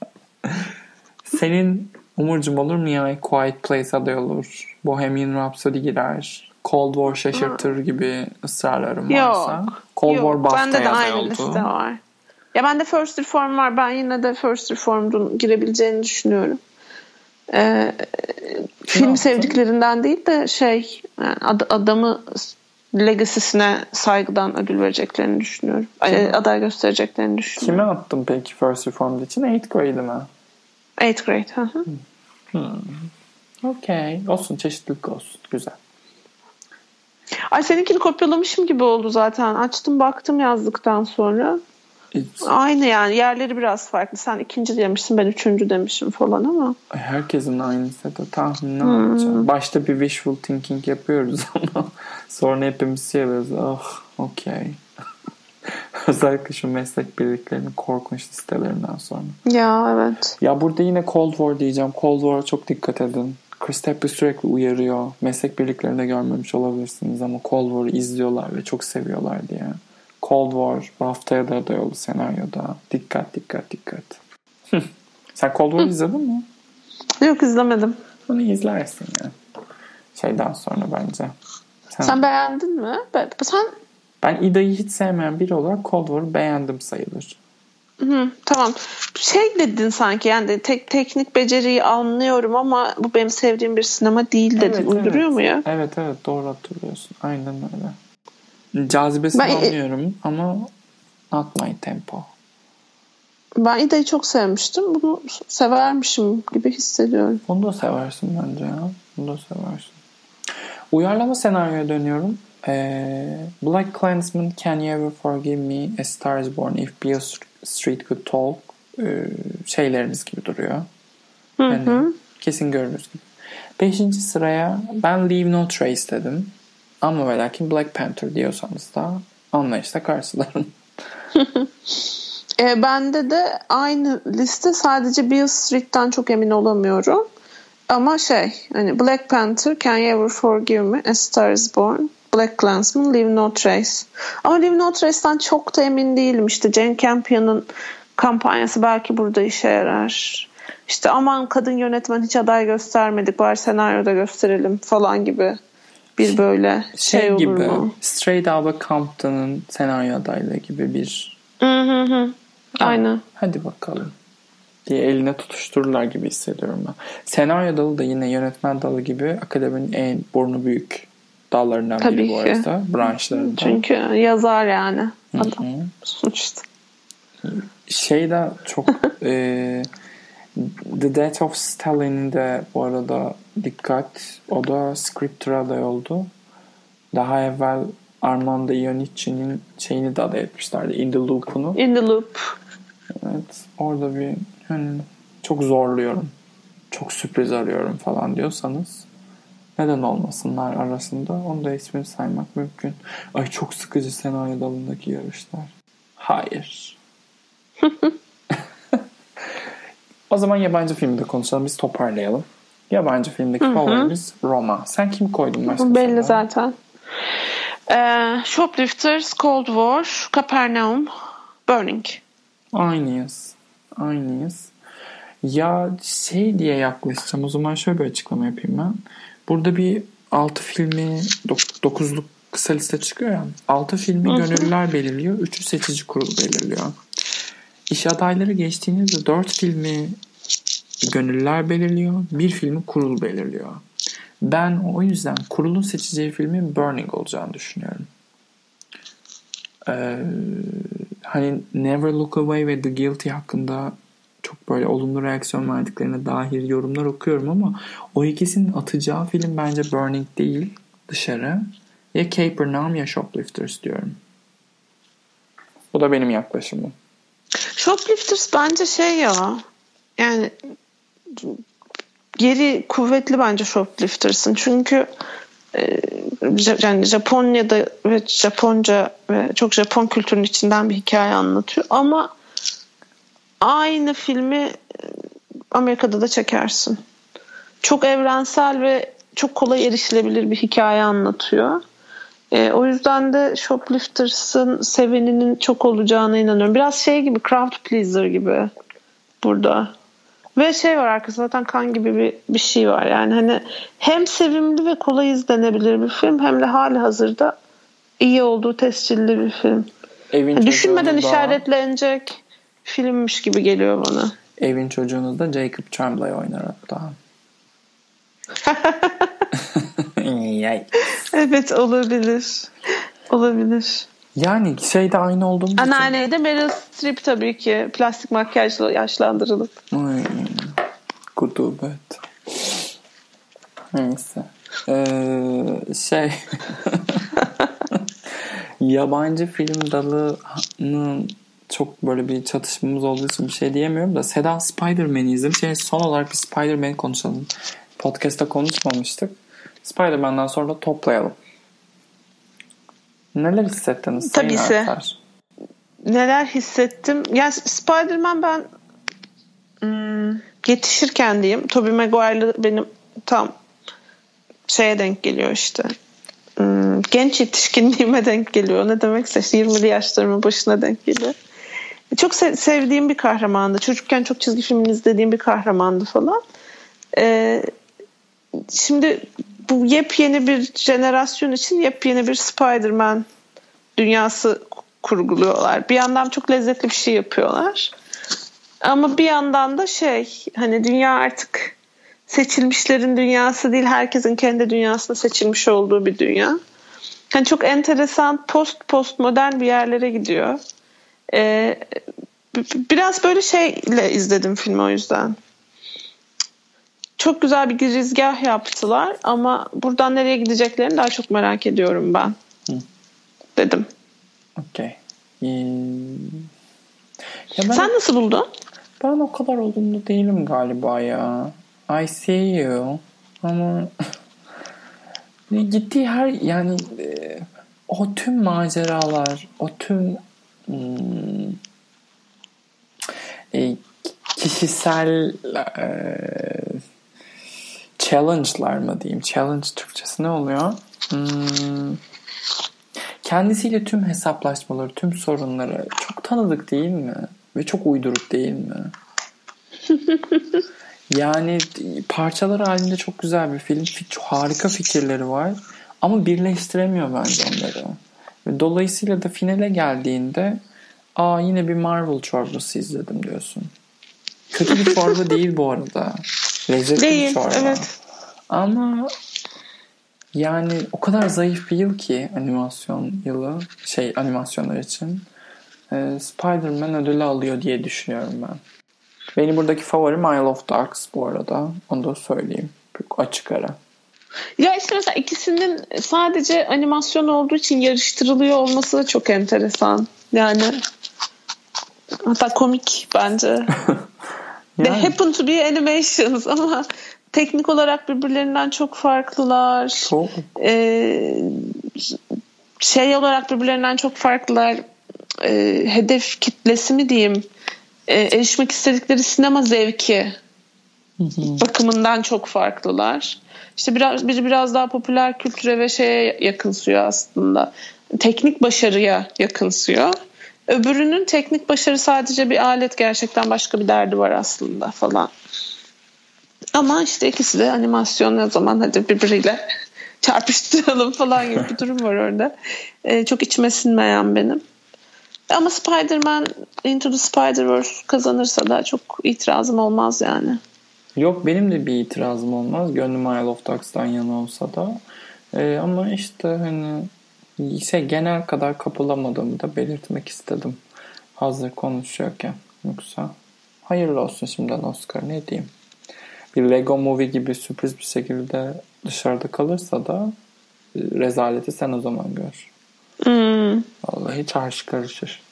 Senin Umurcuğum olur mu ya? Quiet Place aday olur. Bohemian Rhapsody girer. Cold War şaşırtır gibi ısrarlarım varsa. Cold War BAFTA'ya aday oldu. Bende de aynı liste var. Ya bende First Reform var. Ben yine de First Reform'un girebileceğini düşünüyorum. Film sevdiklerinden değil de yani adamı legacy'sine saygıdan ödül vereceklerini düşünüyorum. Aday göstereceklerini düşünüyorum. Kime attın peki First Reformed için? 8th Grade'i mi? 8th Grade. Okey. Olsun, çeşitlilik olsun. Güzel. Ay, seninkini kopyalamışım gibi oldu zaten. Açtım baktım yazdıktan sonra. Aynı yani. Yerleri biraz farklı. Sen 2. demişsin, ben 3. demişim falan ama. Herkesin aynısı da tahmin ne yapacağım. Başta bir wishful thinking yapıyoruz ama sonra hepimiz yapıyoruz. Okey. Özellikle şu meslek birliklerinin korkunç listelerinden sonra. Ya evet. Ya burada yine Cold War diyeceğim. Cold War'a çok dikkat edin. Chris Tappy sürekli uyarıyor. Meslek birliklerinde görmemiş olabilirsiniz ama Cold War'u izliyorlar ve çok seviyorlar diye. Cold War BAFTA'ya da aday oldu senaryoda. Dikkat. Sen Cold War izledin mi? Yok, izlemedim. Bunu izlersin ya. Şeyden sonra bence. Sen beğendin mi? Ben İda'yı hiç sevmeyen biri olarak Cold War'u beğendim sayılır. Tamam. Dedin sanki, yani teknik beceriyi anlıyorum ama bu benim sevdiğim bir sinema değil dedin. Evet, uyduruyor mu ya? Evet doğru hatırlıyorsun. Aynen öyle. Cazibesini anlıyorum ama not my tempo. Ben İda'yı çok sevmiştim. Bunu severmişim gibi hissediyorum. Onu da seversin bence ya. Onu da seversin. Uyarlama senaryoya dönüyorum. Black Klansman, Can You Ever Forgive Me, A Star Is Born, If Beale Street Could Talk şeylerimiz gibi duruyor. Yani kesin görürüz gibi. 5. sıraya ben Leave No Trace dedim. Ama ve lakin Black Panther diyorsanız da anlayışla karşılarım. Bende de aynı liste, sadece Beale Street'ten çok emin olamıyorum. Ama hani Black Panther, Can You Ever Forgive Me, A Star Is Born, Black Klansman, Leave No Trace. Ama Leave No Trace'ten çok da emin değilim. İşte Jane Campion'ın kampanyası belki burada işe yarar. İşte aman kadın yönetmen hiç aday göstermedik, bari senaryoda gösterelim falan gibi bir böyle şey olur gibi, mu? Straight Outta Compton'ın senaryo adaylığı gibi bir Aynen. Hadi bakalım diye eline tutuştururlar gibi hissediyorum ben. Senaryo dalı da yine yönetmen dalı gibi akademinin en burnu büyük dallarından biri bu arada. Branşlarından. Çünkü yazar yani. Adam. Sonuçta. De çok The Death of Stalin'in de bu arada dikkat. O da scripter aday oldu. Daha evvel Armando Iannucci'nin şeyini de aday etmişlerdi. In the Loop'unu. In the Loop. Evet. Orada bir çok zorluyorum. Çok sürpriz arıyorum falan diyorsanız neden olmasınlar arasında. Onu da ismini saymak mümkün. Ay çok sıkıcı senaryo dalındaki yarışlar. Hayır. O zaman yabancı filmde konuşalım. Biz toparlayalım. Yabancı filmdeki favorimiz Roma. Sen kimi koydun başka? Belli zaten. Shoplifters, Cold War, Capernaum, Burning. Aynıyız. Ya diye yaklaşacağım. O zaman şöyle bir açıklama yapayım ben. Burada bir 6 filmi 9'luk kısa liste çıkıyor ya. 6 filmi gönüllüler belirliyor. 3'ü seçici kurul belirliyor. İş adayları geçtiğinizde 4 filmi gönüllüler belirliyor. 1 filmi kurul belirliyor. Ben o yüzden kurulun seçeceği filmin Burning olacağını düşünüyorum. Hani Never Look Away ve The Guilty hakkında çok böyle olumlu reaksiyon verdiklerine dair yorumlar okuyorum ama o ikisinin atacağı film bence Burning değil, dışarı. Ya Capernaum ya Shoplifters diyorum. Bu da benim yaklaşımım. Shoplifters bence yani geri kuvvetli bence Shoplifters'ın. Çünkü yani Japonya'da ve Japonca ve çok Japon kültürünün içinden bir hikaye anlatıyor. Ama aynı filmi Amerika'da da çekersin. Çok evrensel ve çok kolay erişilebilir bir hikaye anlatıyor. O yüzden de Shoplifters'ın seveninin çok olacağına inanıyorum. Biraz gibi, crowd pleaser gibi burada. Ve var arkasında zaten kan gibi bir şey var. Yani hani hem sevimli ve kolay izlenebilir bir film, hem de hali hazırda iyi olduğu tescilli bir film. Düşünmeden işaretlenecek filmmiş gibi geliyor bana. Evin çocuğunu da Jacob Tremblay oynar hatta. Evet, olabilir. Yani de aynı olduğumuz için. Anneanneye de Meryl Streep tabii ki plastik makyajla yaşlandırılıp. Ay, gudubet. Neyse. Yabancı film dalının çok böyle bir çatışmamız olduğu için bir şey diyemiyorum da Seda Spider-Man'i izledim. Son olarak bir Spider-Man'i konuşalım. Podcast'ta konuşmamıştık. Spider-Man'dan sonra toplayalım. Neler hissettiniz? Tabii ki. Neler hissettim? Yani Spider-Man ben yetişirken diyeyim. Tobey Maguire'lı benim tam denk geliyor işte. Genç yetişkinliğime denk geliyor. Ne demekse 20'li yaşlarımın başına denk geliyor. Çok sevdiğim bir kahramandı. Çocukken çok çizgi film izlediğim bir kahramandı falan. Şimdi bu yepyeni bir jenerasyon için yepyeni bir Spider-Man dünyası kurguluyorlar. Bir yandan çok lezzetli bir şey yapıyorlar. Ama bir yandan da hani dünya artık seçilmişlerin dünyası değil, herkesin kendi dünyasında seçilmiş olduğu bir dünya. Hani çok enteresan postmodern bir yerlere gidiyor. Biraz böyle şeyle izledim filmi o yüzden. Çok güzel bir girizgah yaptılar ama buradan nereye gideceklerini daha çok merak ediyorum ben. Dedim. Okay. Sen nasıl buldun? Ben o kadar olumlu değilim galiba ya. I see you. Ama gittiği her yani o tüm maceralar, o tüm kişisel challenge'lar mı diyeyim? Challenge Türkçesi ne oluyor? Kendisiyle tüm hesaplaşmaları, tüm sorunları çok tanıdık değil mi? Ve çok uyduruk değil mi? Yani parçalar halinde çok güzel bir film. Harika fikirleri var. Ama birleştiremiyor bence onları. Ve dolayısıyla da finale geldiğinde yine bir Marvel çorbası izledim diyorsun. Kötü bir çorba değil bu arada. Lezzetli değil, bir çorba. Evet. Ama yani o kadar zayıf bir yıl ki animasyon yılı animasyonlar için Spider-Man ödülü alıyor diye düşünüyorum ben. Benim buradaki favorim Isle of Dogs bu arada. Onu da söyleyeyim. Açık ara. Ya işte mesela ikisinin sadece animasyon olduğu için yarıştırılıyor olması da çok enteresan. Yani hatta komik bence. Yani. They happen to be animations ama teknik olarak birbirlerinden çok farklılar. Çok. Şey olarak birbirlerinden çok farklılar. Hedef kitlesi mi diyeyim? Erişmek istedikleri sinema zevki bakımından çok farklılar. İşte biri biraz daha popüler kültüre ve şeye yakınsıyor aslında. Teknik başarıya yakınsıyor. Öbürünün teknik başarı sadece bir alet, gerçekten başka bir derdi var aslında falan. Ama işte ikisi de animasyon, o zaman hadi birbiriyle çarpıştıralım falan gibi bir durum var orada. Çok içime sinmeyen benim. Ama Spider-Man Into the Spider-Verse kazanırsa da çok itirazım olmaz yani. Yok, benim de bir itirazım olmaz. Gönlüm Isle of Dogs'tan yana olsa da. Ama işte hani genel kadar kapılamadığımı da belirtmek istedim. Hazır konuşuyorken. Yoksa hayırlı olsun şimdiden Oscar, ne diyeyim. Bir Lego Movie gibi sürpriz bir şekilde dışarıda kalırsa da rezaleti sen o zaman gör. Vallahi çarşı karışır.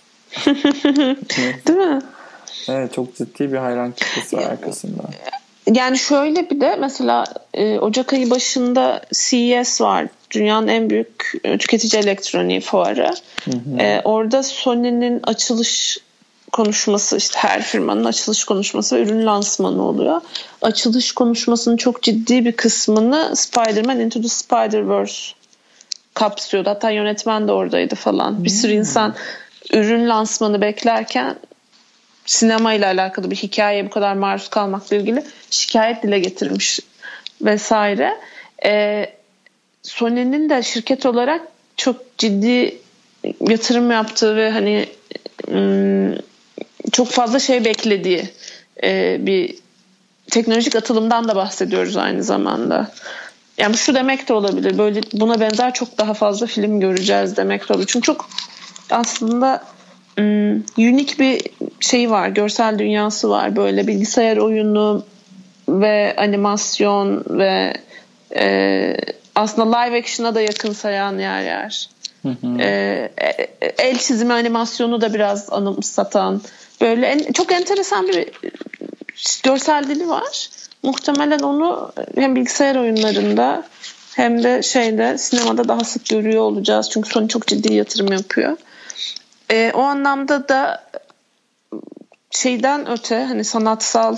Değil mi? Evet, çok ciddi bir hayran kitlesi var arkasında. Yani şöyle bir de mesela Ocak ayı başında CES var. Dünyanın en büyük tüketici elektroniği fuarı. Orada Sony'nin açılış konuşması, işte her firmanın açılış konuşması ve ürün lansmanı oluyor. Açılış konuşmasının çok ciddi bir kısmını Spider-Man Into the Spider-Verse kapsıyordu. Hatta yönetmen de oradaydı falan. Bir sürü insan ürün lansmanı beklerken sinemayla alakalı bir hikayeye bu kadar maruz kalmakla ilgili şikayet dile getirmiş vesaire. Sony'nin de şirket olarak çok ciddi yatırım yaptığı ve hani çok fazla şey beklediği bir teknolojik atılımdan da bahsediyoruz aynı zamanda. Yani şu demek de olabilir. Böyle buna benzer çok daha fazla film göreceğiz demek de olabilir. Çünkü çok aslında unik bir şey var. Görsel dünyası var. Böyle bilgisayar oyunu ve animasyon ve aslında live action'a da yakın sayan yer. El çizimi animasyonu da biraz anımsatan, böyle çok enteresan bir görsel dili var. Muhtemelen onu hem bilgisayar oyunlarında hem de sinemada daha sık görüyor olacağız. Çünkü Sony çok ciddi yatırım yapıyor. O anlamda da şeyden öte, hani sanatsal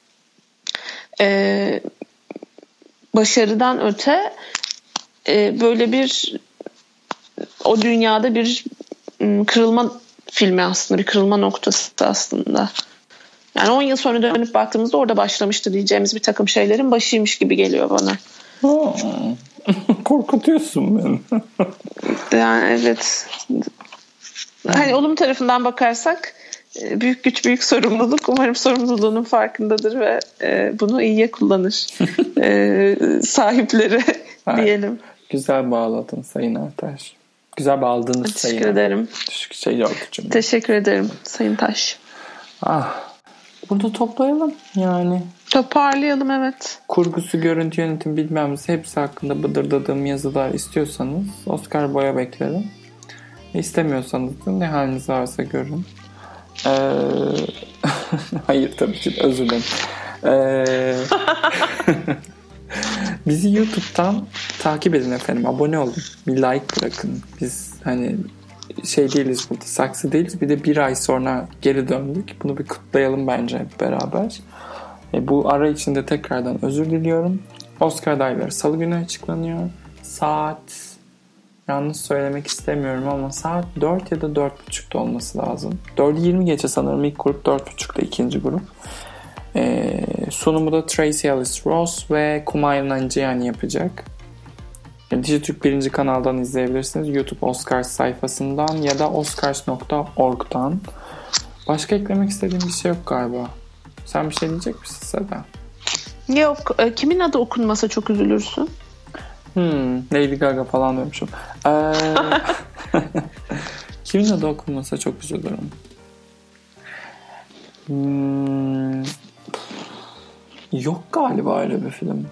başarıdan öte böyle bir o dünyada bir kırılma filmi aslında, bir kırılma noktası aslında. Yani 10 yıl sonra dönüp baktığımızda orada başlamıştı diyeceğimiz bir takım şeylerin başıymış gibi geliyor bana. Korkutuyorsun beni. Yani evet. Hani olumlu tarafından bakarsak büyük güç büyük sorumluluk. Umarım sorumluluğunun farkındadır ve bunu iyiye kullanır. Sahipleri diyelim. Güzel bağladın Sayın Ertaş. Güzel bağladığınız sayı. Teşekkür ederim. Şey yoktu çünkü. Teşekkür ederim Sayın Taş. Burada toplayalım yani. Toparlayalım, evet. Kurgusu, görüntü yönetimi bilmem hepsi hakkında bıdırdadığım yazılar istiyorsanız Oscar Boya beklerim. İstemiyorsanız da ne haliniz varsa görün. Hayır tabii ki özür dilerim. Bizi YouTube'dan takip edin efendim. Abone olun. Bir like bırakın. Biz hani şey değiliz burada. Saksı değiliz. Bir de bir ay sonra geri döndük. Bunu bir kutlayalım bence hep beraber. Bu ara içinde tekrardan özür diliyorum. Oscar adayları Salı günü açıklanıyor. Saat yanlış söylemek istemiyorum ama saat 4 ya da 4.30'da olması lazım. 4'ü 20 geçe sanırım ilk grup, 4.30'da ikinci grup. Sunumu da Tracee Ellis Ross ve Kumail Nanjiani yapacak. Dijitürk 1. kanaldan izleyebilirsiniz. YouTube Oscars sayfasından ya da oscars.org'dan. Başka eklemek istediğim bir şey yok galiba. Sen bir şey diyecek misin Seda? Yok. Kimin adı okunmasa çok üzülürsün? Lady Gaga falan diyormuşum. Kimin adı okunmasa çok üzülürüm. Yok galiba öyle bir film.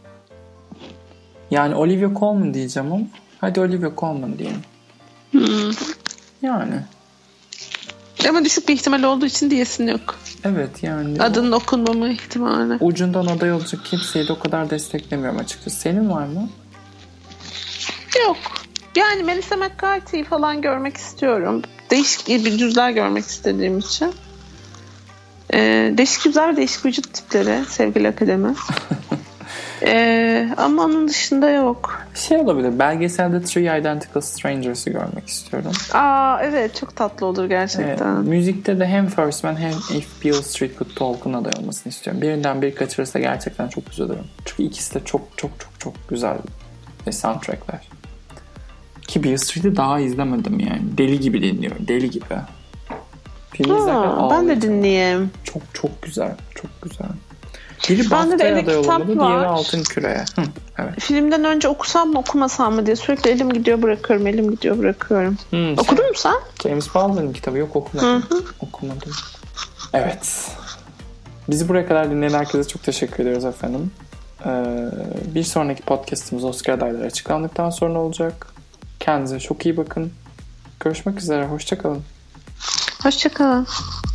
Yani Olivia Colman diyeceğim ama hadi Olivia Colman diyelim. Yani. Ama düşük bir ihtimal olduğu için diyesin yok. Evet yani. Adının okunmama ihtimali. Ucundan aday olacak kimseyi de o kadar desteklemiyorum açıkçası. Senin var mı? Yok. Yani Melissa McCarthy'yi falan görmek istiyorum. Değişik bir yüzler görmek istediğim için. Değişik yüzler, değişik vücut tipleri sevgili akademi. Ama onun dışında yok. Şey olabilir. Belgeselde Three Identical Strangers'ı görmek istiyorum. Evet, çok tatlı olur gerçekten. Müzikte de hem First Man hem If Beale Street Could Talk'un aday olmasını istiyorum. Birinden biri kaçırırsa gerçekten çok üzülürüm. Çünkü ikisi de çok çok çok çok güzel soundtrackler. Ki Beale Street'i daha izlemedim yani. Deli gibi dinliyorum. Deli gibi. Filmi izlerken ben de dinleyeyim. Çok çok güzel. Çok güzel. Biri BAFTA'ya aday olamadı, diğeri Altın Küre'ye. Evet. Filmden önce okusam mı okumasam mı diye sürekli elim gidiyor bırakıyorum. Okudun mu sen? James Baldwin'in kitabı yok, okumadım. Okumadım. Evet. Bizi buraya kadar dinleyen herkese çok teşekkür ediyoruz efendim. Bir sonraki podcastımız Oscar adayları açıklandıktan sonra olacak. Kendinize çok iyi bakın. Görüşmek üzere. Hoşça kalın. Hoşça kalın.